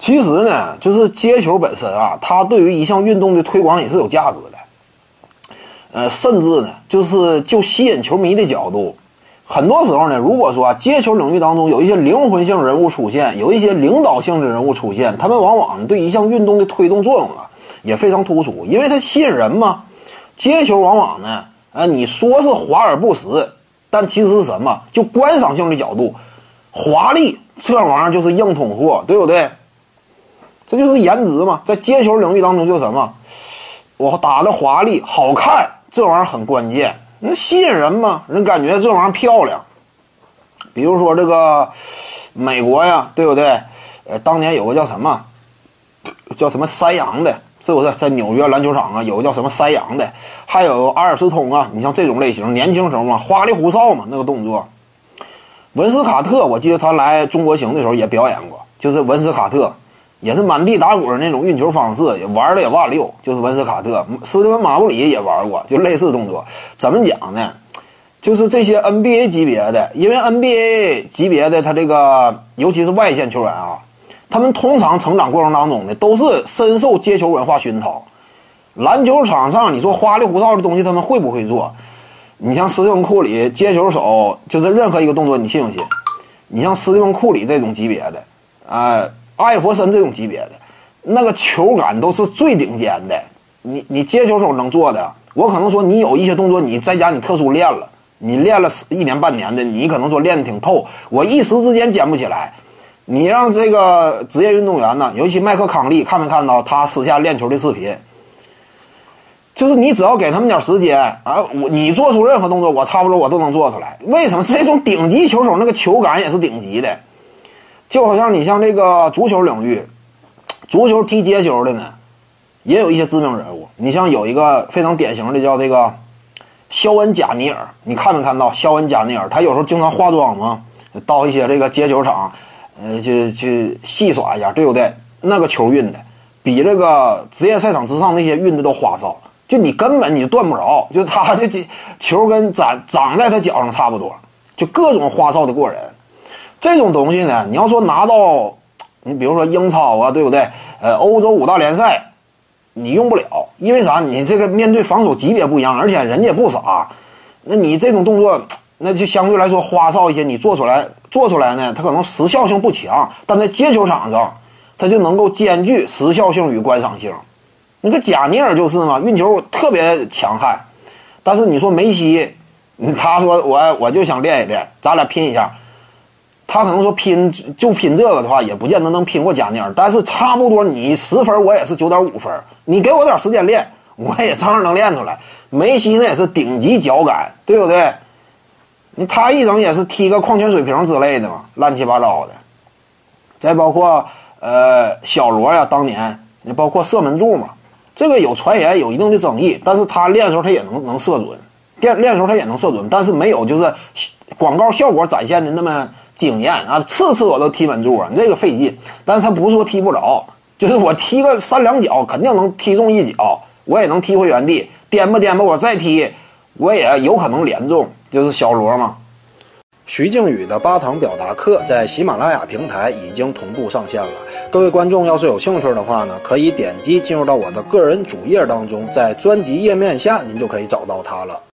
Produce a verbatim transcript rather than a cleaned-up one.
其实呢，就是接球本身啊，它对于一项运动的推广也是有价值的。呃，甚至呢，就是就吸引球迷的角度，很多时候呢，如果说啊，接球领域当中有一些灵魂性人物出现，有一些领导性的人物出现，他们往往对一项运动的推动作用啊也非常突出，因为它吸引人嘛。接球往往呢，呃，你说是华而不实，但其实是什么？就观赏性的角度，华丽这玩意儿就是硬通货，对不对？这就是颜值嘛，在接球领域当中就是什么？我打的华丽好看，这玩意儿很关键，那吸引人嘛，人感觉这玩意儿漂亮。比如说这个美国呀，对不对？呃，当年有个叫什么，叫什么山羊的，是不是？在纽约篮球场啊，有个叫什么山羊的，还有阿尔斯通啊，你像这种类型，年轻时候嘛，花里胡哨嘛，那个动作。文斯卡特，我记得他来中国行的时候也表演过，就是文斯卡特。也是满地打滚那种运球方式，也玩的也哇溜，就是文斯卡特、斯蒂文马布里也玩过，就类似动作。怎么讲呢？就是这些 N B A 级别的，因为 N B A 级别的他这个，尤其是外线球员啊，他们通常成长过程当中呢，都是深受接球文化熏陶。篮球场上，你说花里胡哨的东西，他们会不会做？你像斯蒂文库里接球手，就是任何一个动作，你信不信？你像斯蒂文库里这种级别的，呃。艾弗森这种级别的，那个球感都是最顶尖的。你你接球手能做的，我可能说你有一些动作你在家你特殊练了，你练了一年半年的，你可能说练得挺透，我一时之间捡不起来。你让这个职业运动员呢，尤其麦克康利，看没看到他私下练球的视频？就是你只要给他们点时间啊，我你做出任何动作，我差不多我都能做出来。为什么？这种顶级球手那个球感也是顶级的。就好像你像这个足球领域，足球踢接球的呢，也有一些知名人物。你像有一个非常典型的叫这个肖恩·贾尼尔，你看没看到肖恩·贾尼尔？他有时候经常化妆嘛，到一些这个接球场，呃，去去戏耍一下，对不对？那个球运的比这个职业赛场之上那些运的都花哨，就你根本你断不着，就他这球跟长长在他脚上差不多，就各种花哨的过人。这种东西呢，你要说拿到，你比如说英超啊，对不对？呃，欧洲五大联赛，你用不了，因为啥？你这个面对防守级别不一样，而且人家也不傻，那你这种动作，那就相对来说花哨一些。你做出来，做出来呢，它可能时效性不强，但在接球场上，它就能够兼具时效性与观赏性。你个贾尼尔就是嘛，运球特别强悍，但是你说梅西，他说我我就想练一练，咱俩拼一下。他可能说拼就拼这个的话，也不见得能拼过贾尼尔，但是差不多你十分，我也是九点五分。你给我点时间练，我也照样能练出来。梅西那也是顶级脚感，对不对？你他一整也是踢个矿泉水瓶之类的嘛，乱七八糟的。再包括呃小罗呀，当年你包括射门柱嘛，这个有传言有一定的争议，但是他练的时候他也能能射准，练练的时候他也能射准，但是没有就是广告效果展现的那么惊艳啊！次次我都踢门柱啊，这个费劲。但是他不是说踢不着，就是我踢个三两脚肯定能踢中一脚，我也能踢回原地，颠吧颠吧我再踢，我也有可能连中，就是小罗嘛。徐静宇的八堂表达课在喜马拉雅平台已经同步上线了，各位观众要是有兴趣的话呢，可以点击进入到我的个人主页当中，在专辑页面下您就可以找到它了。